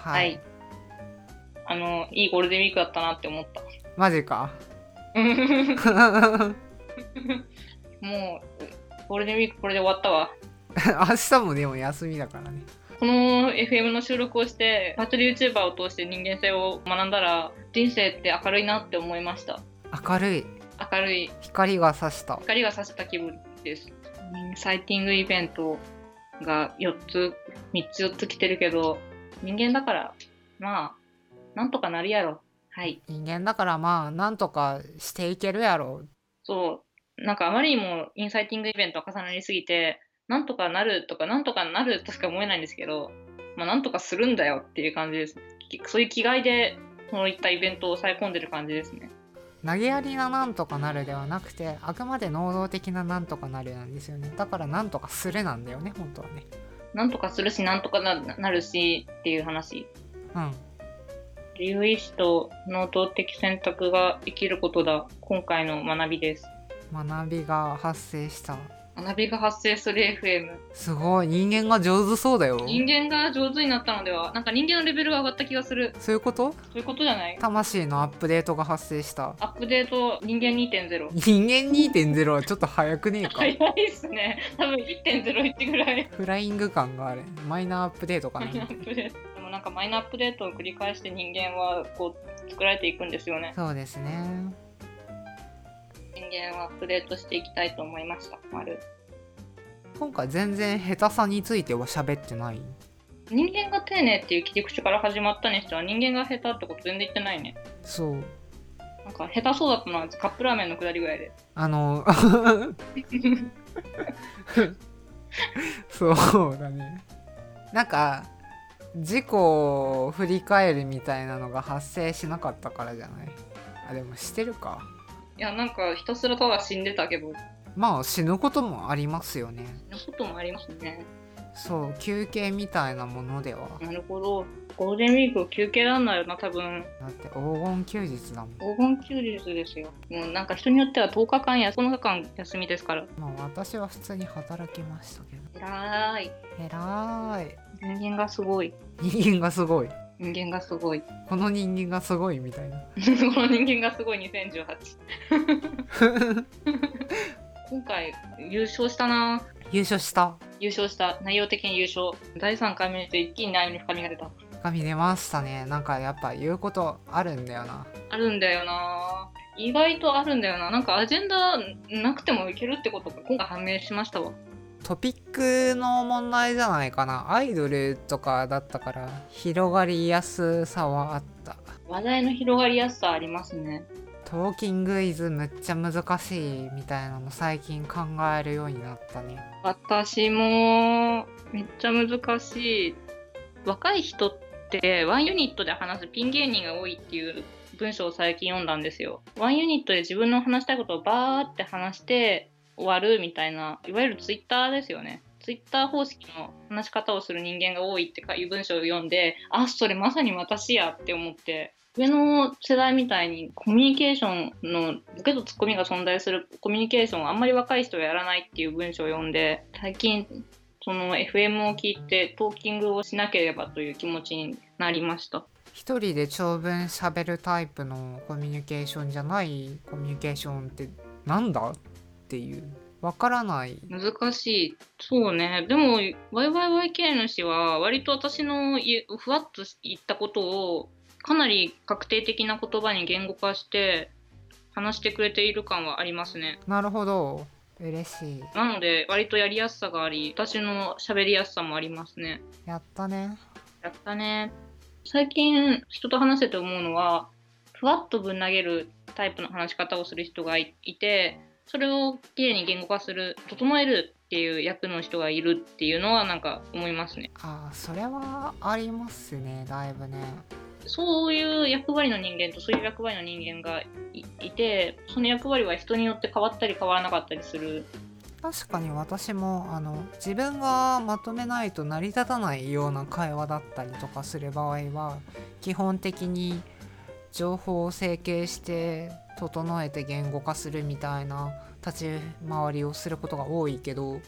S2: はい、はい、
S1: あのいいゴールデンウィークだったなって思った。
S2: マジか
S1: もうゴールデンウィークこれで終わったわ
S2: 明日もでも休みだからね。
S1: この エフエム の収録をしてバーチャル YouTuber を通して人間性を学んだら、人生って明るいなって思いました。
S2: 明るい
S1: 明るい
S2: 光が差した
S1: 光が差した気分です。サイティングイベントがよっつみっつよっつ来てるけど、人間だからまあなんとかなるやろ。はい、
S2: 人間だからまあなんとかしていけるやろ。
S1: そうなんかあまりにもインサイティングイベントが重なりすぎて、なんとかなるとかなんとかなるとしか思えないんですけど、まあなんとかするんだよっていう感じです。そういう気概でそういったイベントを抑え込んでる感じですね。
S2: 投げやりななんとかなるではなくて、あくまで能動的ななんとかなるなんですよね。だからなんとかするなんだよね、本当はね。
S1: なんとかするしなんとか な, なるしっていう話。
S2: うん。
S1: 自由意志と能動的選択が生きることだ。今回の学びです。
S2: 学びが発生した。
S1: 学びが発生する エフエム。
S2: すごい、人間が上手そうだよ。
S1: 人間が上手になったのでは。なんか人間のレベルが上がった気がする。
S2: そういうこと？
S1: そういうことじゃない？
S2: 魂のアップデートが発生した。
S1: アップデート人間 にてんゼロ。
S2: 人間 にてんゼロ はちょっと早くねえか。
S1: 早いっすね。多分 いってんゼロいち ぐらい。
S2: フライング感がある。マイナーアップデートかな。
S1: マイナーアップデート。でもなんかマイナーアップデートを繰り返して人間はこう作られていくんですよね。
S2: そうですね。
S1: 人間をアップデートしていきたいと思いました。丸。
S2: 今回全然下手さについては喋ってない。
S1: 人間が丁寧っていう切り口から始まったにしては、人間が下手ってこと全然言ってないね。
S2: そう。
S1: なんか下手そうだったのはカップラーメンのくだりぐらいで。
S2: あのそうだね。なんか事故を振り返るみたいなのが発生しなかったからじゃない？あ、でもしてるか。
S1: いや、なんかひたすらただ死んでたけど。
S2: まあ死ぬこともありますよね。
S1: 死ぬこともありますね。
S2: そう、休憩みたいなものでは。
S1: なるほど。ゴールデンウィーク休憩なんだよな、多分。
S2: だって黄金休日だもん。
S1: 黄金休日ですよ。もうなんか人によってはとおかかんやこのかかん休みですから。
S2: まあ私は普通に働きましたけど。
S1: えらい。
S2: えらい。
S1: 人間がすごい。
S2: 人間がすごい。
S1: 人間がすごい。
S2: この人間がすごいみたいな。こ
S1: の人間がすごいにせんじゅうはち。今回優勝したな。
S2: 優勝した
S1: 優勝した内容的に優勝。だいさんかいめで一気に内容に深みが出た。
S2: 深み出ましたね。なんかやっぱ言うことあるんだよな。
S1: あるんだよな。意外とあるんだよな。なんかアジェンダなくてもいけるってことが今回判明しましたわ。
S2: トピックの問題じゃないかな。アイドルとかだったから広がりやすさはあった。
S1: 話題の広がりやすさありますね。
S2: トーキングイズむっちゃ難しいみたいなの最近考えるようになったね。
S1: 私もめっちゃ難しい。若い人ってワンユニットで話すピン芸人が多いっていう文章を最近読んだんですよ。ワンユニットで自分の話したいことをバーって話して終わるみたいな、いわゆるツイッターですよね。ツイッター方式の話し方をする人間が多いっていう文章を読んで、あ、それまさに私やって思って、上の世代みたいにコミュニケーションのボケとツッコミが存在するコミュニケーションをあんまり若い人はやらないっていう文章を読んで、最近その エフエム を聞いてトーキングをしなければという気持ちになりました。
S2: 一人で長文喋るタイプのコミュニケーションじゃないコミュニケーションってなんだっていう、わからない。
S1: 難しい。そうね。でも ワイワイワイケー 主は割と私のふわっと言ったことをかなり確定的な言葉に言語化して話してくれている感はありますね。
S2: なるほど、嬉しい。
S1: なので割とやりやすさがあり、私の喋りやすさもありますね。
S2: やったね。
S1: やったね。最近人と話せて思うのは、ふわっとぶん投げるタイプの話し方をする人が い, いて、それをきれいに言語化する、整えるっていう役の人がいるっていうのはなんか思いますね。
S2: ああ、それはありますね、だいぶね。
S1: そういう役割の人間とそういう役割の人間が い, いて、その役割は人によって変わったり変わらなかったりする。
S2: 確かに私もあの自分がまとめないと成り立たないような会話だったりとかする場合は、基本的に情報を整形して整えて言語化するみたいな立ち回りをすることが多いけど、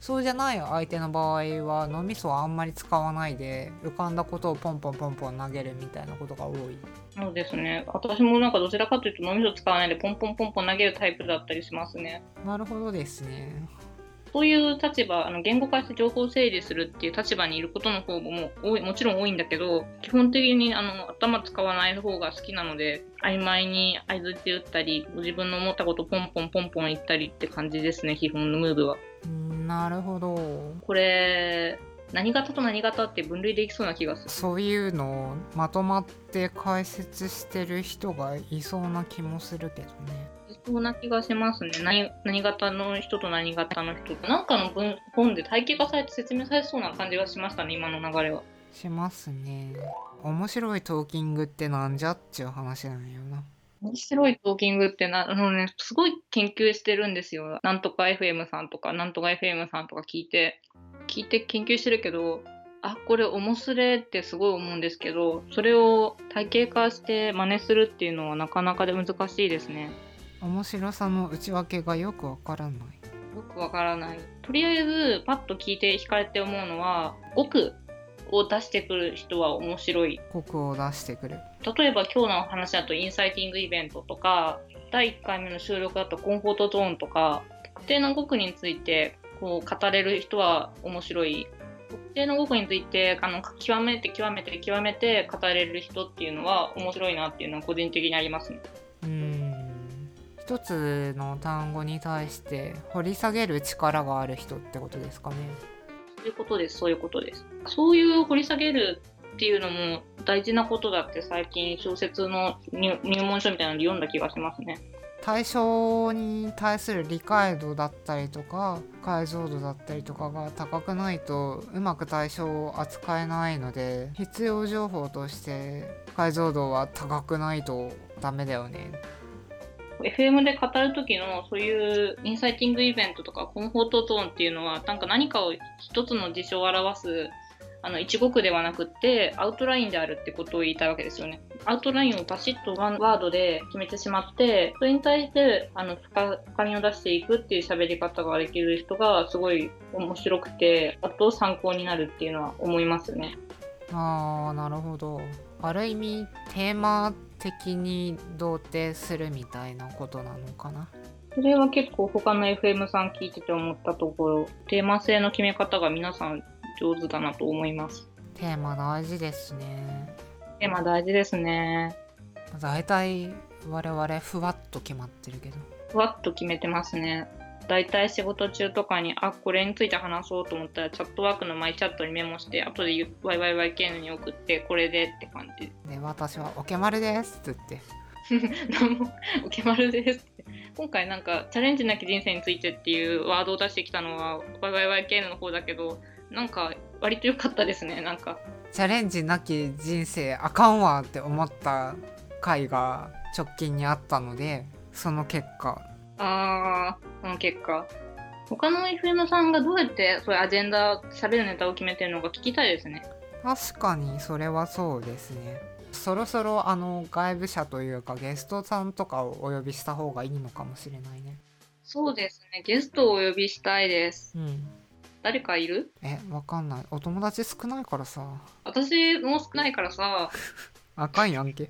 S2: そうじゃない相手の場合は脳みそはあんまり使わないで浮かんだことをポンポンポンポン投げるみたいなことが多い。
S1: そうですね。私もなんかどちらかというと脳みそ使わないでポンポンポンポン投げるタイプだったりしますね。
S2: なるほどですね。
S1: そういう立場、あの言語化して情報を整理するっていう立場にいることの方もも多い、もちろん多いんだけど、基本的にあの頭使わない方が好きなので、曖昧に相づち打ったり、自分の思ったことをポンポンポンポン言ったりって感じですね、基本のムーブは。
S2: うん、なるほど。
S1: これ何型と何型って分類できそうな気がする。
S2: そういうのをまとまって解説してる人がいそうな気もするけどね。
S1: いそうな気がしますね。何、何型の人と何型の人となんかの文本で体系化されて説明されそうな感じがしましたね、今の流れは。
S2: しますね。面白いトーキングってなんじゃっちゅう話なんよな。
S1: 面白いトーキングってな、あのね、すごい研究してるんですよ。なんとか エフエム さんとか、なんとか エフエム さんとか聞いて、聞いて研究してるけど、あ、これ面白いってすごい思うんですけど、それを体系化して真似するっていうのはなかなかで難しいですね。
S2: 面白さの内訳がよくわからない。
S1: よくわからない。とりあえず、パッと聞いて惹かれて思うのは、語を出してくる人は面白い。
S2: コクを出してくる。
S1: 例えば今日の話だとインサイティングイベントとか、だいいっかいめの収録だとコンフォートゾーンとか、特定の語句についてこう語れる人は面白い。特定の語句についてあの極めて極めて極めて語れる人っていうのは面白いなっていうのは個人的にありますね。
S2: うーん。一つの単語に対して掘り下げる力がある人ってことですかね。
S1: そういうことです、そういうことです。そういう掘り下げるっていうのも大事なことだって最近小説の入門書みたいなので読んだ気がしますね。
S2: 対象に対する理解度だったりとか解像度だったりとかが高くないとうまく対象を扱えないので、必要情報として解像度は高くないとダメだよね。
S1: エフエム で語る時のそういうインサイティングイベントとかコンフォートゾーンっていうのはなんか何かを一つの事象を表すあの一語句ではなくってアウトラインであるってことを言いたいわけですよね。アウトラインをバシッとワンワードで決めてしまってそれに対してあの深深みを出していくっていう喋り方ができる人がすごい面白くてあと参考になるっていうのは思いますね。
S2: あー、なるほど。ある意味テーマ的に同定するみたいなことなのかな。
S1: それは結構他の エフエム さん聞いてて思ったところ、テーマ性の決め方が皆さん上手だなと思います。
S2: テーマ大事ですね。
S1: テーマ大事ですね。
S2: だいたい我々ふわっと決まってるけど。
S1: ふわっと決めてますね。だいたい仕事中とかに、あ、これについて話そうと思ったら、チャットワークのマイチャットにメモして、後で ワイワイワイケーエヌ に送って、これでって感じ。
S2: で、私はオケマルですって言って。
S1: 何も、おけまるですって。今回なんか、チャレンジなき人生についてっていうワードを出してきたのは、ワイワイワイケーエヌ の方だけど、なんか、割と良かったですね、なんか。
S2: チャレンジなき人生あかんわって思った回が直近にあったので、その結果。
S1: あー、その結果。他の エフエム さんがどうやってそういうアジェンダ、喋るネタを決めてるのか聞きたいですね。
S2: 確かにそれはそうですね。そろそろあの外部者というかゲストさんとかをお呼びした方がいいのかもしれないね。
S1: そうですね。ゲストをお呼びしたいです。
S2: うん。
S1: 誰かいる？
S2: え、わかんない。お友達少ないからさ。
S1: 私も少ないからさ。
S2: あかんやんけ。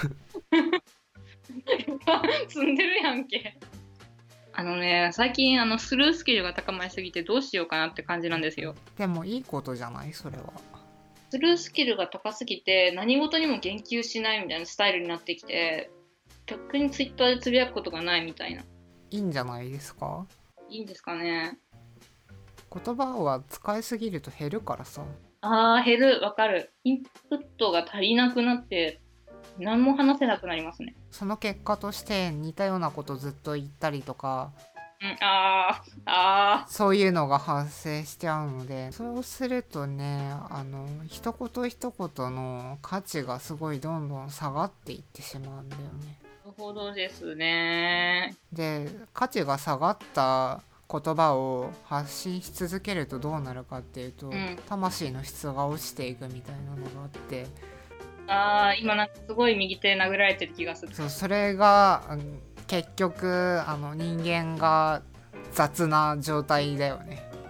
S1: 積んでるやんけ。あのね、最近あのスルースキルが高まりすぎてどうしようかなって感じなんですよ。
S2: でもいいことじゃないそれは。
S1: スルースキルが高すぎて何事にも言及しないみたいなスタイルになってきて、逆にツイッターでつぶやくことがないみたいな。
S2: いいんじゃないですか。
S1: いいんですかね。
S2: 言葉は使いすぎると減るからさ。
S1: あー、減る。わかる。インプットが足りなくなって何も話せなくなりますね。
S2: その結果として似たようなことずっと言ったりとか、
S1: うん、あーあー
S2: そういうのが発生しちゃうので、そうするとね、あの一言一言の価値がすごいどんどん下がっていってしまうんだよね。
S1: なるほどですね。
S2: で、価値が下がった言葉を発信し続けるとどうなるかっていうと、
S1: うん、
S2: 魂の質が落ちていくみたいなのがあって、
S1: あー今なんかすごい右手殴られてる気がする。
S2: そう、それが結局あの人間が雑な状態だよね。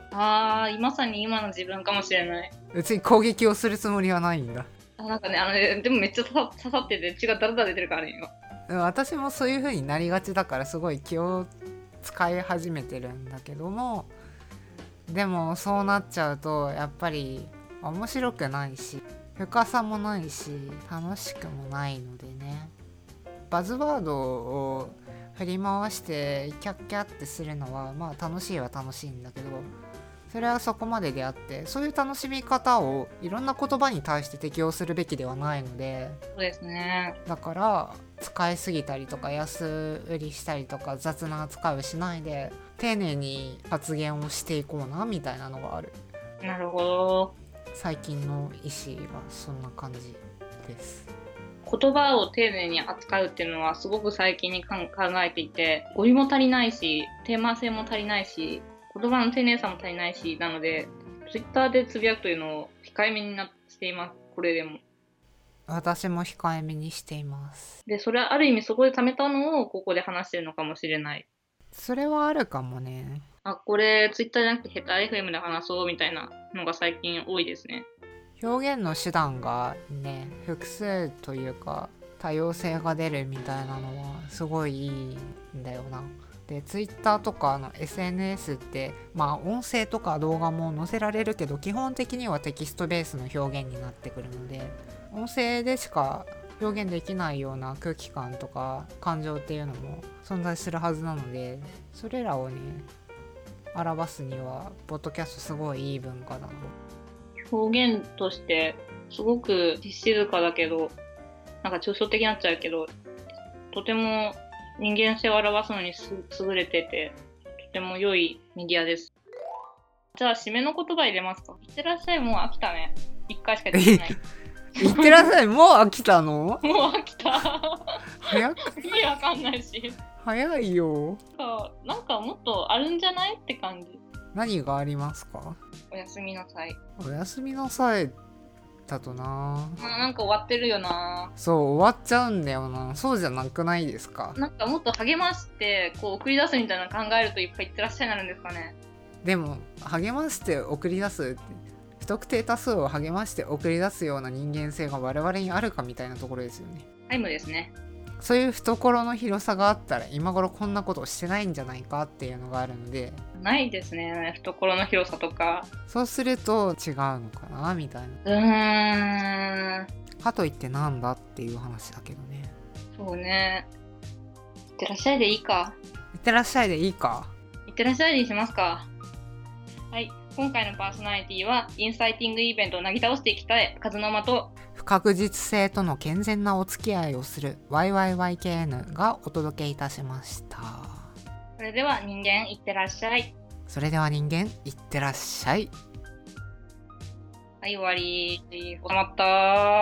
S1: あー、まさに今の自分かもしれない。
S2: 別に攻撃をするつもりはないんだ。
S1: あ、なんかね、あのね、でもめっちゃ刺さ刺さってて血がダラダラ出てるからね、今。
S2: でも私もそういう風になりがちだからすごい気を使い始めてるんだけども、でもそうなっちゃうとやっぱり面白くないし深さもないし楽しくもないのでね。バズワードを振り回してキャッキャってするのはまあ楽しいは楽しいんだけど、それはそこまでであって、そういう楽しみ方をいろんな言葉に対して適用するべきではないので、
S1: そうですね。
S2: だから使いすぎたりとか安売りしたりとか雑な扱いをしないで丁寧に発言をしていこうなみたいなのがある。
S1: なるほど。
S2: 最近の意思がそんな感じです。
S1: 言葉を丁寧に扱うっていうのはすごく最近に考えていて、語彙も足りないしテーマ性も足りないし言葉の丁寧さも足りないし、なのでツイッターでつぶやくというのを控えめになしています。これでも
S2: 私も控えめにしています。
S1: で、それはある意味そこで貯めたのをここで話してるのかもしれない。
S2: それはあるかもね。
S1: あ、これツイッターじゃなくてヘタ エフエム で話そうみたいなのが最近多いですね。
S2: 表現の手段がね複数というか多様性が出るみたいなのはすごいいいんだよな。でツイッターとかの エスエヌエス ってまあ音声とか動画も載せられるけど基本的にはテキストベースの表現になってくるので、音声でしか表現できないような空気感とか感情っていうのも存在するはずなので、それらをね表すにはポッドキャストすごいいい文化だな。
S1: 表現としてすごく静かだけどなんか抽象的になっちゃうけど、とても人間性を表すのに優れててとても良いメディアです。じゃあ締めの言葉入れますか。いってらっしゃい。もう飽きたね。いっかいしかできない。
S2: いってらっしゃい。もう飽きたの？
S1: もう飽きた。
S2: 早く
S1: 意味わかんないし。
S2: 早いよ。
S1: なんかもっとあるんじゃないって感じ。
S2: 何がありますか？
S1: おやすみなさい。
S2: おやすみなさいだとな。
S1: あ、なんか終わってるよな。
S2: そう終わっちゃうんだよな。そうじゃなくないですか？
S1: なんかもっと励ましてこう送り出すみたいな考えるといっぱいいってらっしゃいになるんですかね。
S2: でも励まして送り出すって不特定多数を励まして送り出すような人間性が我々にあるかみたいなところですよね。
S1: タイムですね。
S2: そういう懐の広さがあったら今頃こんなことをしてないんじゃないかっていうのがあるので。
S1: ないですね、懐の広さとか。
S2: そうすると違うのかなみたいな。
S1: うーん。
S2: かといってなんだっていう話だけどね。
S1: そうね。いってらっしゃいでいいか。
S2: いってらっしゃいでいいか。
S1: いってらっしゃいにしますか。はい、今回のパーソナリティはインサイティングイベントをなぎ倒していきたいカズノマと
S2: 不確実性との健全なお付き合いをする ワイワイワイケーエヌ がお届けいたしました。
S1: それでは人間いってらっしゃい。
S2: それでは人間いってらっしゃい。
S1: はい、終わり。収まった。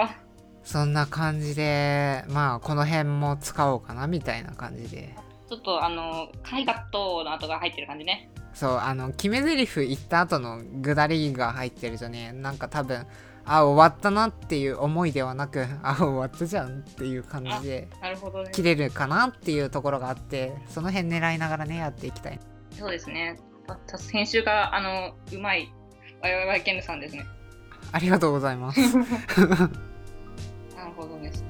S2: そんな感じでまあこの辺も使おうかなみたいな感じで、
S1: ちょっとあのカイカットの後が入ってる感じね。
S2: そうあの決め台詞言った後のぐだりが入ってるとね、なんか多分あ終わったなっていう思いではなくあ終わったじゃんっていう感じで
S1: なるほどね、
S2: 切れるかなっていうところがあって、その辺狙いながらねやっていきたい。
S1: そうですね。編集があのうまいワイワイワイケンヌさんですね。
S2: ありがとうございます。
S1: なるほどです。